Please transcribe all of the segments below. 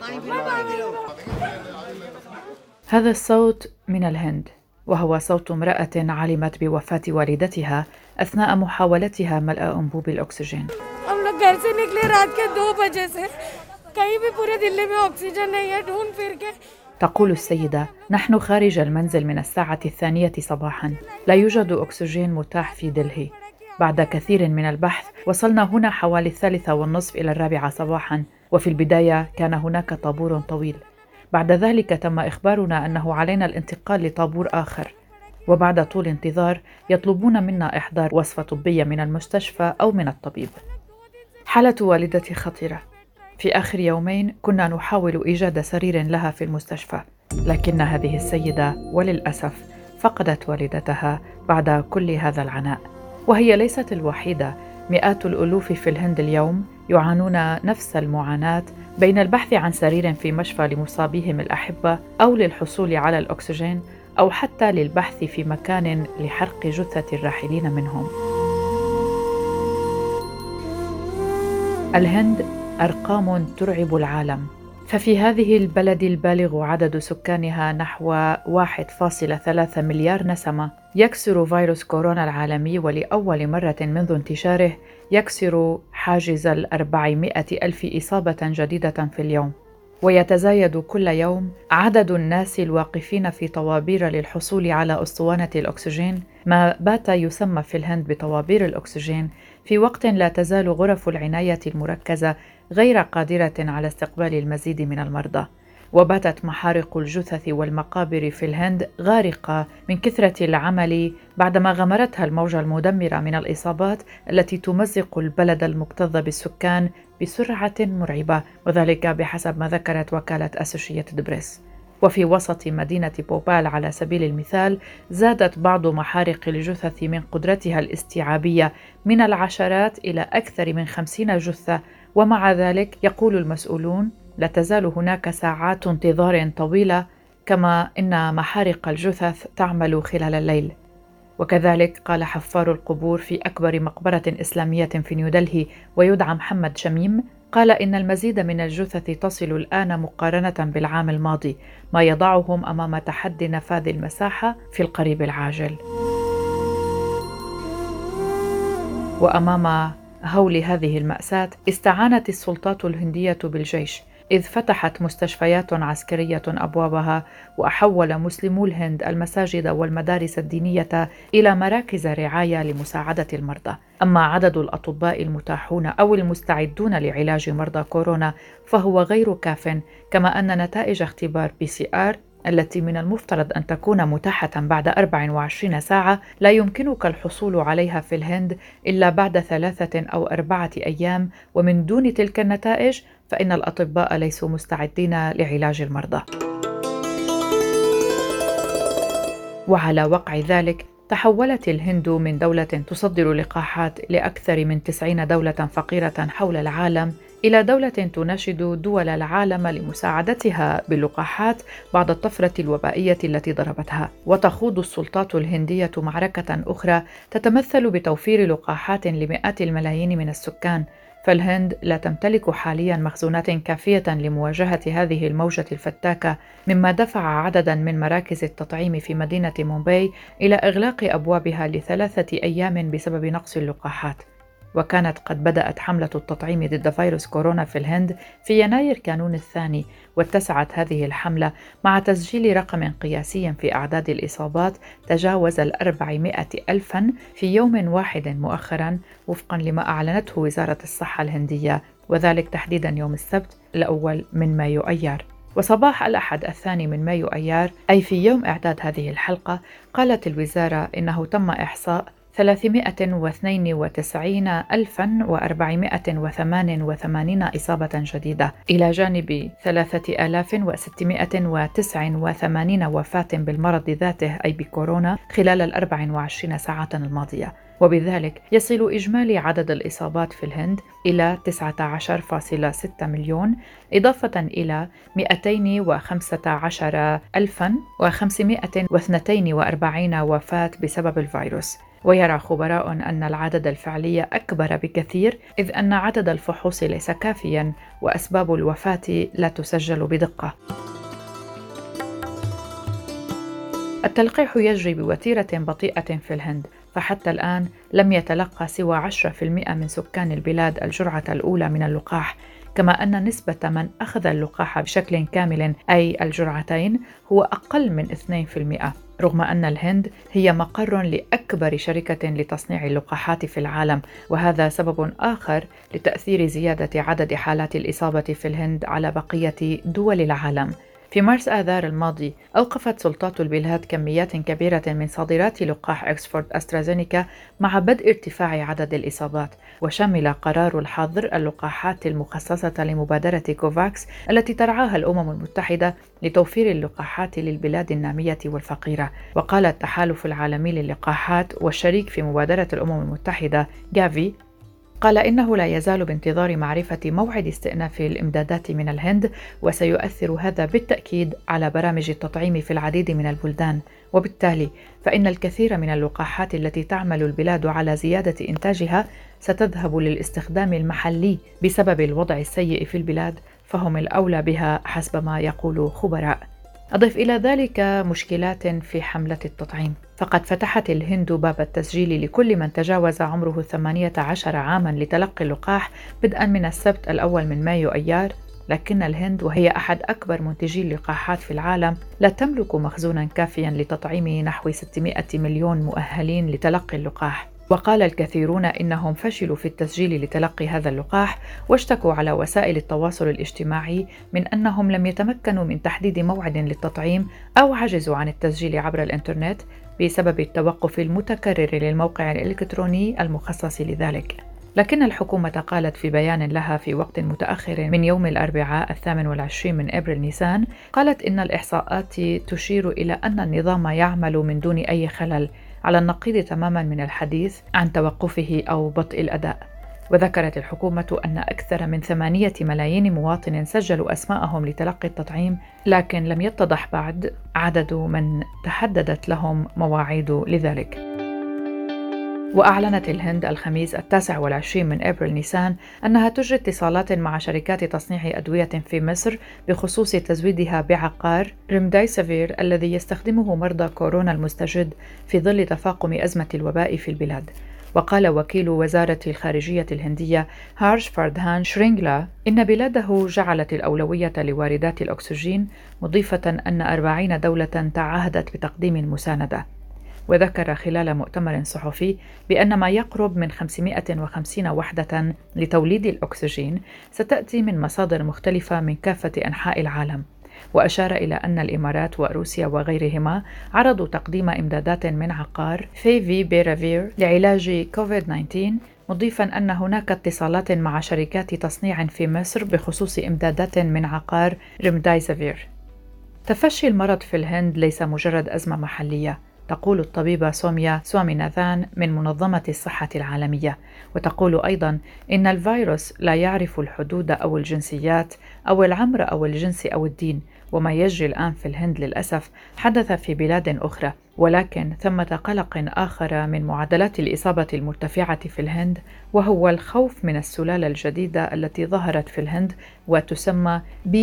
هذا الصوت من الهند، وهو صوت امرأة علمت بوفاة والدتها أثناء محاولتها ملء أنبوب الأكسجين. हम लोग घर से निकले रात के 2 बजे से कहीं भी पूरे दिल्ली में ऑक्सीजन नहीं है ढूंढ फिर के. تقول السيدة: نحن خارج المنزل من الساعة 2 صباحا، لا يوجد أكسجين متاح في دلهي. بعد كثير من البحث وصلنا هنا حوالي 3:30 إلى 4 صباحا، وفي البداية كان هناك طابور طويل. بعد ذلك تم إخبارنا أنه علينا الانتقال لطابور آخر، وبعد طول انتظار يطلبون منا إحضار وصفة طبية من المستشفى أو من الطبيب. حالة والدتي خطيرة. في آخر يومين كنا نحاول إيجاد سرير لها في المستشفى، لكن هذه السيدة وللأسف فقدت والدتها بعد كل هذا العناء. وهي ليست الوحيدة، مئات الألوف في الهند اليوم يعانون نفس المعاناة بين البحث عن سرير في مشفى لمصابيهم الأحبة أو للحصول على الأكسجين أو حتى للبحث في مكان لحرق جثة الراحلين منهم. الهند أرقام ترعب العالم، ففي هذه البلد البالغ عدد سكانها نحو 1.3 مليار نسمة يكسر فيروس كورونا العالمي ولأول مرة منذ انتشاره يكسر حاجز 400 ألف إصابة جديدة في اليوم، ويتزايد كل يوم عدد الناس الواقفين في طوابير للحصول على أسطوانة الأكسجين، ما بات يسمى في الهند بطوابير الأكسجين، في وقت لا تزال غرف العناية المركزة غير قادرة على استقبال المزيد من المرضى. وباتت محارق الجثث والمقابر في الهند غارقة من كثرة العمل بعدما غمرتها الموجة المدمرة من الإصابات التي تمزق البلد المكتظ بالسكان بسرعة مرعبة، وذلك بحسب ما ذكرت وكالة أسوشيتد بريس. وفي وسط مدينة بوبال على سبيل المثال زادت بعض محارق الجثث من قدرتها الاستيعابية من العشرات إلى أكثر من 50 جثة، ومع ذلك يقول المسؤولون لا تزال هناك ساعات انتظار طويلة، كما إن محارق الجثث تعمل خلال الليل. وكذلك قال حفار القبور في أكبر مقبرة إسلامية في نيودلهي ويدعى محمد شميم، قال إن المزيد من الجثث تصل الآن مقارنة بالعام الماضي، ما يضعهم أمام تحدي نفاذ المساحة في القريب العاجل. وأمام هول هذه المأساة استعانت السلطات الهندية بالجيش، إذ فتحت مستشفيات عسكرية أبوابها، وأحول مسلمو الهند المساجد والمدارس الدينية إلى مراكز رعاية لمساعدة المرضى. أما عدد الأطباء المتاحون أو المستعدون لعلاج مرضى كورونا فهو غير كاف، كما أن نتائج اختبار PCR التي من المفترض أن تكون متاحة بعد 24 ساعة لا يمكنك الحصول عليها في الهند إلا بعد 3 أو 4 أيام، ومن دون تلك النتائج فإن الأطباء ليسوا مستعدين لعلاج المرضى. وعلى وقع ذلك تحولت الهند من دولة تصدر لقاحات لأكثر من 90 دولة فقيرة حول العالم إلى دولة تناشد دول العالم لمساعدتها باللقاحات بعد الطفرة الوبائية التي ضربتها. وتخوض السلطات الهندية معركة أخرى تتمثل بتوفير لقاحات لمئات الملايين من السكان، فالهند لا تمتلك حاليا مخزونات كافية لمواجهة هذه الموجة الفتاكة، مما دفع عددا من مراكز التطعيم في مدينة مومباي إلى إغلاق أبوابها ل3 أيام بسبب نقص اللقاحات. وكانت قد بدأت حملة التطعيم ضد فيروس كورونا في الهند في يناير كانون الثاني، واتسعت هذه الحملة مع تسجيل رقم قياسي في أعداد الإصابات تجاوز 400 ألفاً في يوم واحد مؤخراً، وفقاً لما أعلنته وزارة الصحة الهندية، وذلك تحديداً يوم السبت 1 من مايو أيار. وصباح الأحد 2 من مايو أيار، أي في يوم إعداد هذه الحلقة، قالت الوزارة إنه تم إحصاء 392,488 إصابة جديدة، إلى جانب 3689 وفاة بالمرض ذاته أي بكورونا خلال 24 ساعة الماضية. وبذلك يصل إجمالي عدد الإصابات في الهند إلى 19.6 مليون، إضافة إلى 215,542 وفاة بسبب الفيروس. ويرى خبراء أن العدد الفعلي أكبر بكثير، إذ أن عدد الفحوص ليس كافياً وأسباب الوفاة لا تسجل بدقة. التلقيح يجري بوتيرة بطيئة في الهند، فحتى الآن لم يتلقى سوى 10% من سكان البلاد الجرعة الأولى من اللقاح، كما أن نسبة من أخذ اللقاح بشكل كامل أي الجرعتين هو أقل من 2%، رغم أن الهند هي مقر لأكبر شركة لتصنيع اللقاحات في العالم، وهذا سبب آخر لتأثير زيادة عدد حالات الإصابة في الهند على بقية دول العالم. في مارس آذار الماضي أوقفت سلطات البلاد كميات كبيرة من صادرات لقاح إكسفورد أسترازينيكا مع بدء ارتفاع عدد الإصابات، وشمل قرار الحظر اللقاحات المخصصة لمبادرة كوفاكس التي ترعاها الأمم المتحدة لتوفير اللقاحات للبلاد النامية والفقيرة. وقال التحالف العالمي للقاحات والشريك في مبادرة الأمم المتحدة جافي قال إنه لا يزال بانتظار معرفة موعد استئناف الإمدادات من الهند، وسيؤثر هذا بالتأكيد على برامج التطعيم في العديد من البلدان، وبالتالي فإن الكثير من اللقاحات التي تعمل البلاد على زيادة إنتاجها ستذهب للاستخدام المحلي بسبب الوضع السيء في البلاد، فهم الأولى بها حسب ما يقول خبراء. أضف إلى ذلك مشكلات في حملة التطعيم، فقد فتحت الهند باب التسجيل لكل من تجاوز عمره 18 عاما لتلقي اللقاح بدءا من السبت الأول من مايو أيار، لكن الهند وهي أحد أكبر منتجي اللقاحات في العالم لا تملك مخزونا كافيا لتطعيم نحو 600 مليون مؤهلين لتلقي اللقاح. وقال الكثيرون إنهم فشلوا في التسجيل لتلقي هذا اللقاح، واشتكوا على وسائل التواصل الاجتماعي من أنهم لم يتمكنوا من تحديد موعد للتطعيم أو عجزوا عن التسجيل عبر الإنترنت بسبب التوقف المتكرر للموقع الإلكتروني المخصص لذلك. لكن الحكومة قالت في بيان لها في وقت متأخر من يوم الأربعاء 28 من أبريل نيسان، قالت إن الإحصاءات تشير إلى أن النظام يعمل من دون أي خلل، على النقيض تماما من الحديث عن توقفه أو بطء الأداء. وذكرت الحكومة أن أكثر من 8 ملايين مواطن سجلوا أسماءهم لتلقي التطعيم، لكن لم يتضح بعد عدد من تحددت لهم مواعيد لذلك. وأعلنت الهند الخميس 29 من أبريل نيسان أنها تجري اتصالات مع شركات تصنيع أدوية في مصر بخصوص تزويدها بعقار ريمديسيفير الذي يستخدمه مرضى كورونا المستجد في ظل تفاقم أزمة الوباء في البلاد. وقال وكيل وزارة الخارجية الهندية هارش فاردهان شرينغلا إن بلاده جعلت الأولوية لواردات الأكسجين، مضيفة أن 40 دولة تعهدت بتقديم المساندة. وذكر خلال مؤتمر صحفي بأن ما يقرب من 550 وحدة لتوليد الأكسجين ستأتي من مصادر مختلفة من كافة أنحاء العالم. وأشار إلى أن الإمارات وروسيا وغيرهما عرضوا تقديم إمدادات من عقار فيفي بيرافير لعلاج كوفيد-19، مضيفا أن هناك اتصالات مع شركات تصنيع في مصر بخصوص إمدادات من عقار ريمديسيفير. تفشي المرض في الهند ليس مجرد أزمة محلية، تقول الطبيبة سوميا سواميناثان من منظمة الصحة العالمية، وتقول أيضا إن الفيروس لا يعرف الحدود أو الجنسيات أو العمر أو الجنس أو الدين، وما يجري الآن في الهند للأسف حدث في بلاد أخرى، ولكن ثمة قلق آخر من معدلات الإصابة المرتفعة في الهند، وهو الخوف من السلالة الجديدة التي ظهرت في الهند وتسمى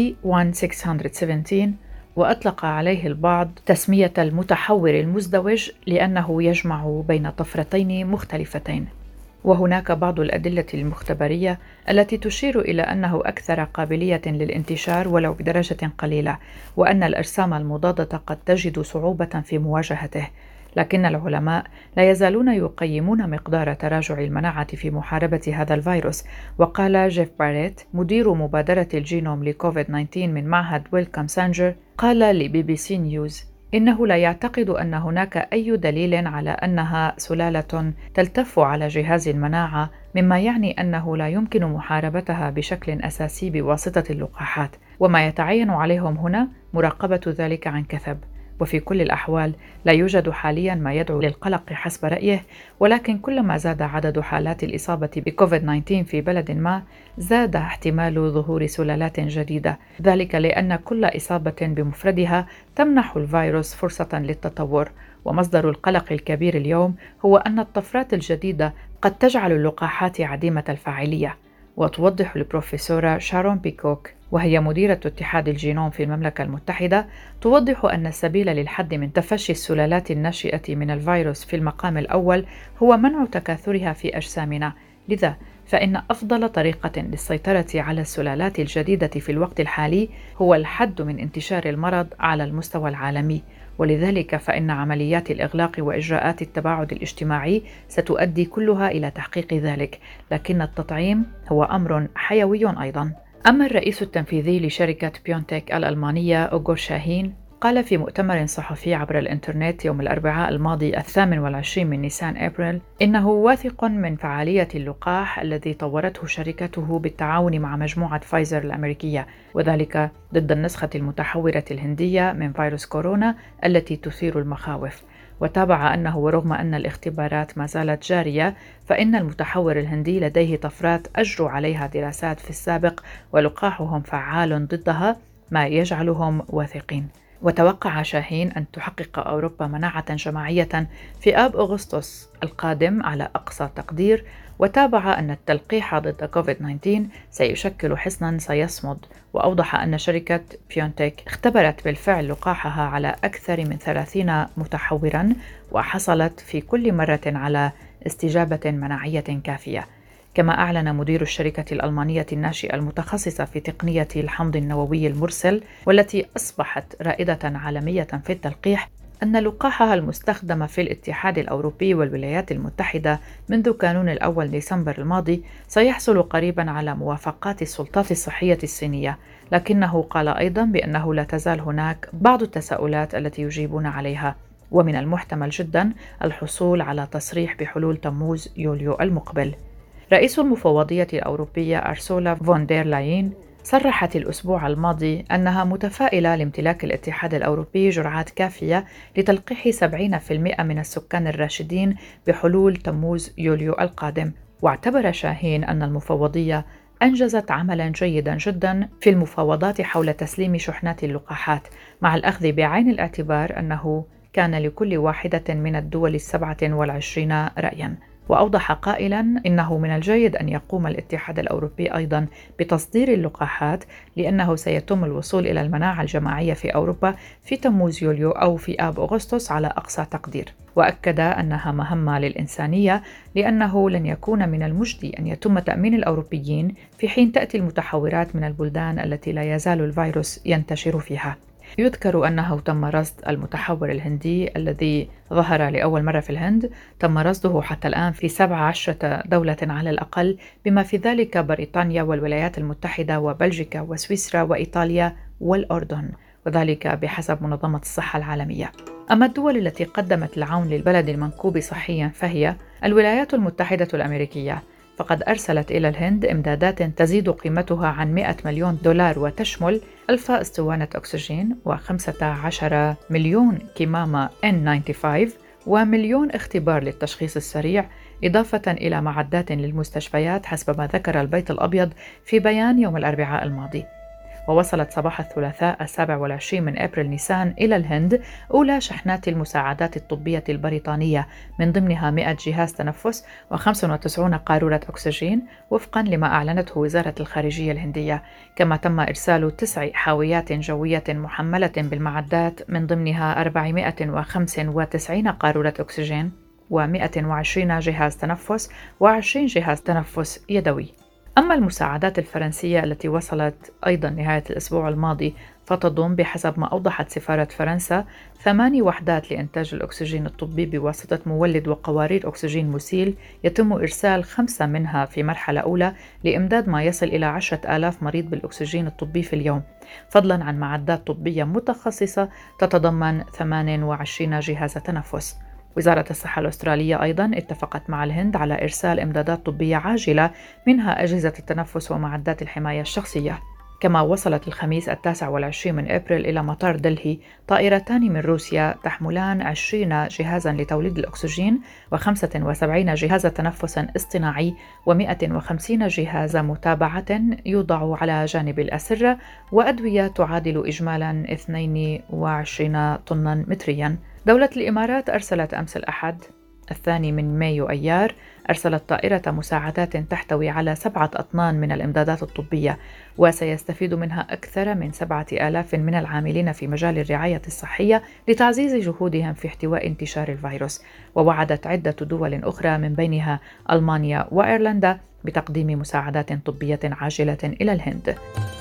B1617، وأطلق عليه البعض تسمية المتحور المزدوج لأنه يجمع بين طفرتين مختلفتين. وهناك بعض الأدلة المختبرية التي تشير إلى أنه أكثر قابلية للانتشار ولو بدرجة قليلة، وأن الأجسام المضادة قد تجد صعوبة في مواجهته، لكن العلماء لا يزالون يقيمون مقدار تراجع المناعة في محاربة هذا الفيروس. وقال جيف باريت مدير مبادرة الجينوم لكوفيد-19 من معهد ويلكام سانجر قال لبي بي سي نيوز إنه لا يعتقد أن هناك أي دليل على أنها سلالة تلتف على جهاز المناعة، مما يعني أنه لا يمكن محاربتها بشكل أساسي بواسطة اللقاحات، وما يتعين عليهم هنا مراقبة ذلك عن كثب. وفي كل الأحوال لا يوجد حاليا ما يدعو للقلق حسب رأيه، ولكن كلما زاد عدد حالات الإصابة بكوفيد-19 في بلد ما زاد احتمال ظهور سلالات جديدة، ذلك لأن كل إصابة بمفردها تمنح الفيروس فرصة للتطور، ومصدر القلق الكبير اليوم هو أن الطفرات الجديدة قد تجعل اللقاحات عديمة الفاعلية. وتوضح البروفيسورة شارون بيكوك، وهي مديرة اتحاد الجينوم في المملكة المتحدة، توضح أن السبيل للحد من تفشي السلالات الناشئة من الفيروس في المقام الأول هو منع تكاثرها في أجسامنا. لذا فإن أفضل طريقة للسيطرة على السلالات الجديدة في الوقت الحالي هو الحد من انتشار المرض على المستوى العالمي، ولذلك فإن عمليات الإغلاق وإجراءات التباعد الاجتماعي ستؤدي كلها إلى تحقيق ذلك، لكن التطعيم هو أمر حيوي أيضا. أما الرئيس التنفيذي لشركة بيونتك الألمانية أوغور شاهين قال في مؤتمر صحفي عبر الإنترنت يوم الأربعاء الماضي 28 من نيسان أبريل إنه واثق من فعالية اللقاح الذي طورته شركته بالتعاون مع مجموعة فايزر الأمريكية، وذلك ضد النسخة المتحورة الهندية من فيروس كورونا التي تثير المخاوف. وتابع أنه رغم أن الاختبارات ما زالت جارية فإن المتحور الهندي لديه طفرات أجروا عليها دراسات في السابق ولقاحهم فعال ضدها، ما يجعلهم واثقين. وتوقع شاهين أن تحقق أوروبا مناعة جماعية في آب أغسطس القادم على أقصى تقدير، وتابع أن التلقيح ضد كوفيد-19 سيشكل حصنا سيصمد. وأوضح أن شركة بيونتك اختبرت بالفعل لقاحها على أكثر من 30 متحورا، وحصلت في كل مرة على استجابة مناعية كافية. كما أعلن مدير الشركة الألمانية الناشئة المتخصصة في تقنية الحمض النووي المرسل والتي أصبحت رائدة عالمية في التلقيح أن لقاحها المستخدم في الاتحاد الأوروبي والولايات المتحدة منذ كانون الأول ديسمبر الماضي سيحصل قريبا على موافقات السلطات الصحية الصينية، لكنه قال أيضا بأنه لا تزال هناك بعض التساؤلات التي يجيبون عليها، ومن المحتمل جدا الحصول على تصريح بحلول تموز يوليو المقبل. رئيس المفوضية الأوروبية أرسولا فون دير لاين صرحت الأسبوع الماضي أنها متفائلة لامتلاك الاتحاد الأوروبي جرعات كافية لتلقيح 70% من السكان الراشدين بحلول تموز يوليو القادم. واعتبر شاهين أن المفوضية أنجزت عملا جيدا جدا في المفاوضات حول تسليم شحنات اللقاحات، مع الأخذ بعين الاعتبار أنه كان لكل واحدة من الدول 27 رأيا. وأوضح قائلا إنه من الجيد أن يقوم الاتحاد الأوروبي أيضا بتصدير اللقاحات، لأنه سيتم الوصول إلى المناعة الجماعية في أوروبا في تموز يوليو أو في آب أغسطس على أقصى تقدير. وأكد أنها مهمة للإنسانية، لأنه لن يكون من المجدي أن يتم تأمين الأوروبيين في حين تأتي المتحورات من البلدان التي لا يزال الفيروس ينتشر فيها. يذكر أنه تم رصد المتحور الهندي الذي ظهر لأول مرة في الهند، تم رصده حتى الآن في 17 دولة على الأقل، بما في ذلك بريطانيا والولايات المتحدة وبلجيكا وسويسرا وإيطاليا والأردن، وذلك بحسب منظمة الصحة العالمية. أما الدول التي قدمت العون للبلد المنكوب صحيا فهي الولايات المتحدة الأمريكية، فقد أرسلت إلى الهند إمدادات تزيد قيمتها عن 100 مليون دولار وتشمل 1000 اسطوانة أكسجين و15 مليون كمامة N95 ومليون اختبار للتشخيص السريع، إضافة إلى معدات للمستشفيات حسب ما ذكر البيت الأبيض في بيان يوم الأربعاء الماضي. ووصلت صباح الثلاثاء 27 من أبريل نيسان إلى الهند أولى شحنات المساعدات الطبية البريطانية، من ضمنها 100 جهاز تنفس و95 قارورة أكسجين وفقا لما أعلنته وزارة الخارجية الهندية. كما تم إرسال 9 حاويات جوية محملة بالمعدات، من ضمنها 495 قارورة أكسجين و120 جهاز تنفس و20 جهاز تنفس يدوي. أما المساعدات الفرنسية التي وصلت أيضا نهاية الأسبوع الماضي فتضم بحسب ما أوضحت سفارة فرنسا 8 وحدات لإنتاج الأكسجين الطبي بواسطة مولد وقوارير أكسجين مسيل، يتم إرسال 5 منها في مرحلة أولى لإمداد ما يصل إلى 10,000 مريض بالأكسجين الطبي في اليوم، فضلا عن معدات طبية متخصصة تتضمن 28 جهاز تنفس. وزارة الصحة الأسترالية أيضاً اتفقت مع الهند على إرسال إمدادات طبية عاجلة، منها أجهزة التنفس ومعدات الحماية الشخصية. كما وصلت الخميس 29 من أبريل إلى مطار دلهي طائرتان من روسيا تحملان 20 جهازاً لتوليد الأكسجين و75 جهاز تنفس اصطناعي و150 جهاز متابعة يوضع على جانب الأسرة، وأدوية تعادل إجمالاً 22 طناً مترياً. دولة الإمارات أرسلت أمس الأحد 2 أيار أرسلت طائرة مساعدات تحتوي على 7 أطنان من الإمدادات الطبية، وسيستفيد منها أكثر من 7,000 من العاملين في مجال الرعاية الصحية لتعزيز جهودهم في احتواء انتشار الفيروس. ووعدت عدة دول أخرى من بينها ألمانيا وأيرلندا بتقديم مساعدات طبية عاجلة إلى الهند.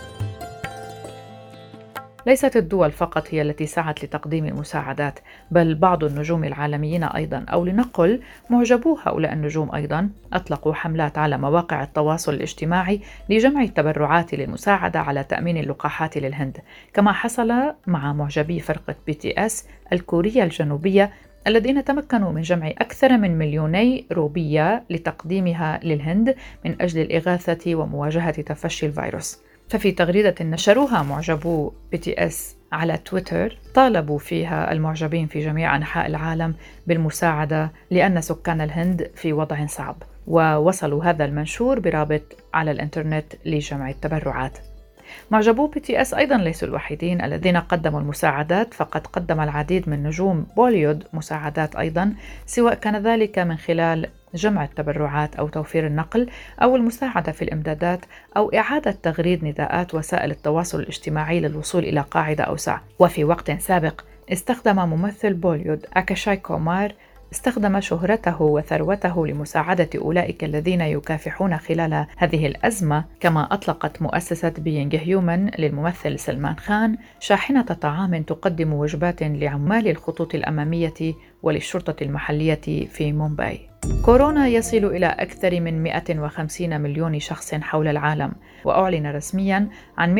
ليست الدول فقط هي التي سعت لتقديم المساعدات، بل بعض النجوم العالميين أيضا، أو لنقل معجبو هؤلاء النجوم أيضا، أطلقوا حملات على مواقع التواصل الاجتماعي لجمع التبرعات للمساعدة على تأمين اللقاحات للهند، كما حصل مع معجبي فرقة BTS الكورية الجنوبية الذين تمكنوا من جمع أكثر من 2,000,000 روبية لتقديمها للهند من أجل الإغاثة ومواجهة تفشي الفيروس. ففي تغريدة نشروها معجبو BTS على تويتر طالبوا فيها المعجبين في جميع أنحاء العالم بالمساعدة لأن سكان الهند في وضع صعب، ووصلوا هذا المنشور برابط على الإنترنت لجمع التبرعات. معجبو BTS أيضا ليسوا الوحيدين الذين قدموا المساعدات، فقد قدم العديد من نجوم بوليود مساعدات أيضا، سواء كان ذلك من خلال جمع التبرعات أو توفير النقل أو المساعدة في الإمدادات أو إعادة تغريد نداءات وسائل التواصل الاجتماعي للوصول إلى قاعدة أوسع. وفي وقت سابق استخدم ممثل بوليود أكاشاي كومار استخدم شهرته وثروته لمساعدة أولئك الذين يكافحون خلال هذه الأزمة، كما أطلقت مؤسسة بينج هيومن للممثل سلمان خان شاحنة طعام تقدم وجبات لعمال الخطوط الأمامية وللشرطة المحلية في مومباي. كورونا يصل إلى أكثر من 150 مليون شخص حول العالم، وأعلن رسمياً عن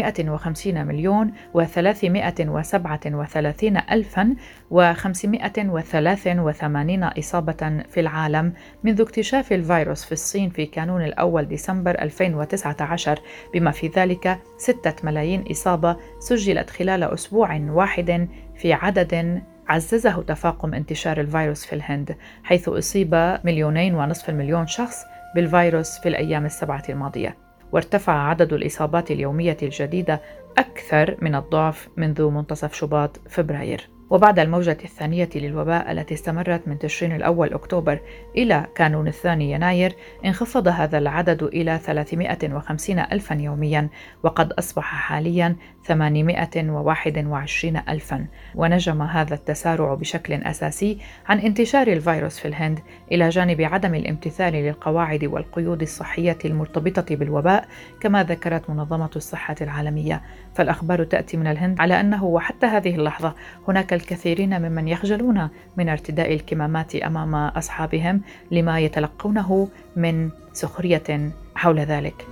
150,337,583 إصابة في العالم منذ اكتشاف الفيروس في الصين في كانون الأول ديسمبر 2019، بما في ذلك 6 ملايين إصابة سجلت خلال أسبوع واحد، في عدد عززه تفاقم انتشار الفيروس في الهند، حيث أصيب 2.5 مليون شخص بالفيروس في الأيام ال7 الماضية، وارتفع عدد الإصابات اليومية الجديدة أكثر من الضعف منذ منتصف شباط فبراير. وبعد الموجة الثانية للوباء التي استمرت من تشرين الأول أكتوبر إلى كانون الثاني يناير، انخفض هذا العدد إلى 350 ألفا يوميا، وقد أصبح حاليا 821 ألفا. ونجم هذا التسارع بشكل أساسي عن انتشار الفيروس في الهند، إلى جانب عدم الامتثال للقواعد والقيود الصحية المرتبطة بالوباء، كما ذكرت منظمة الصحة العالمية. فالأخبار تأتي من الهند على أنه وحتى هذه اللحظة هناك الكثيرين ممن يخجلون من ارتداء الكمامات أمام أصحابهم لما يتلقونه من سخرية حول ذلك.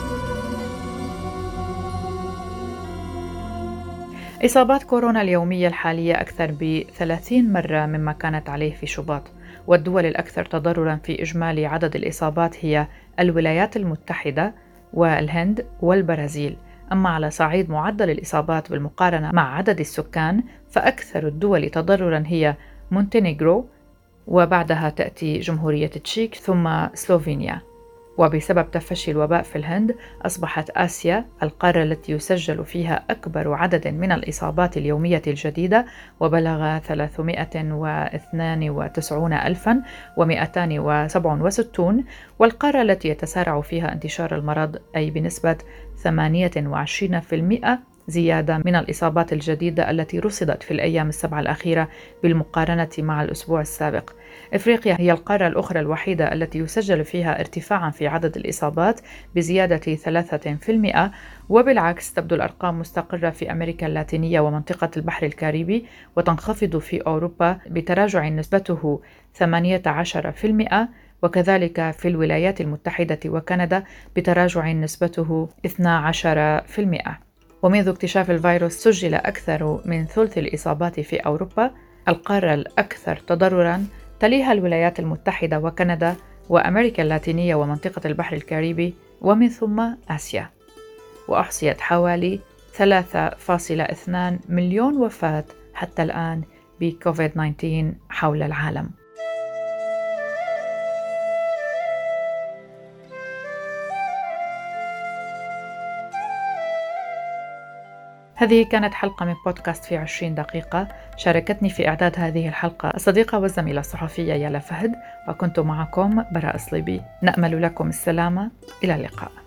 إصابات كورونا اليومية الحالية أكثر ب30 مرة مما كانت عليه في شباط، والدول الأكثر تضرراً في إجمالي عدد الإصابات هي الولايات المتحدة والهند والبرازيل. أما على صعيد معدل الإصابات بالمقارنة مع عدد السكان، فأكثر الدول تضرراً هي مونتينيغرو، وبعدها تأتي جمهورية تشيك ثم سلوفينيا. وبسبب تفشي الوباء في الهند، أصبحت آسيا القارة التي يسجل فيها أكبر عدد من الإصابات اليومية الجديدة، وبلغ 392,267، والقارة التي يتسارع فيها انتشار المرض، أي بنسبة 28% زيادة من الإصابات الجديدة التي رصدت في الأيام ال7 الأخيرة بالمقارنة مع الأسبوع السابق. إفريقيا هي القارة الأخرى الوحيدة التي يسجل فيها ارتفاعا في عدد الإصابات بزيادة 3%، وبالعكس تبدو الأرقام مستقرة في أمريكا اللاتينية ومنطقة البحر الكاريبي، وتنخفض في أوروبا بتراجع نسبته 18%، وكذلك في الولايات المتحدة وكندا بتراجع نسبته 12%. ومنذ اكتشاف الفيروس سجل أكثر من ثلث الإصابات في أوروبا، القارة الأكثر تضرراً، تليها الولايات المتحدة وكندا وأمريكا اللاتينية ومنطقة البحر الكاريبي، ومن ثم آسيا. وأحصيت حوالي 3.2 مليون وفاة حتى الآن بكوفيد-19 حول العالم. هذه كانت حلقة من بودكاست في 20 دقيقة. شاركتني في إعداد هذه الحلقة الصديقة والزميلة الصحفية يالا فهد، وكنت معكم براء صليبي. نأمل لكم السلامة. إلى اللقاء.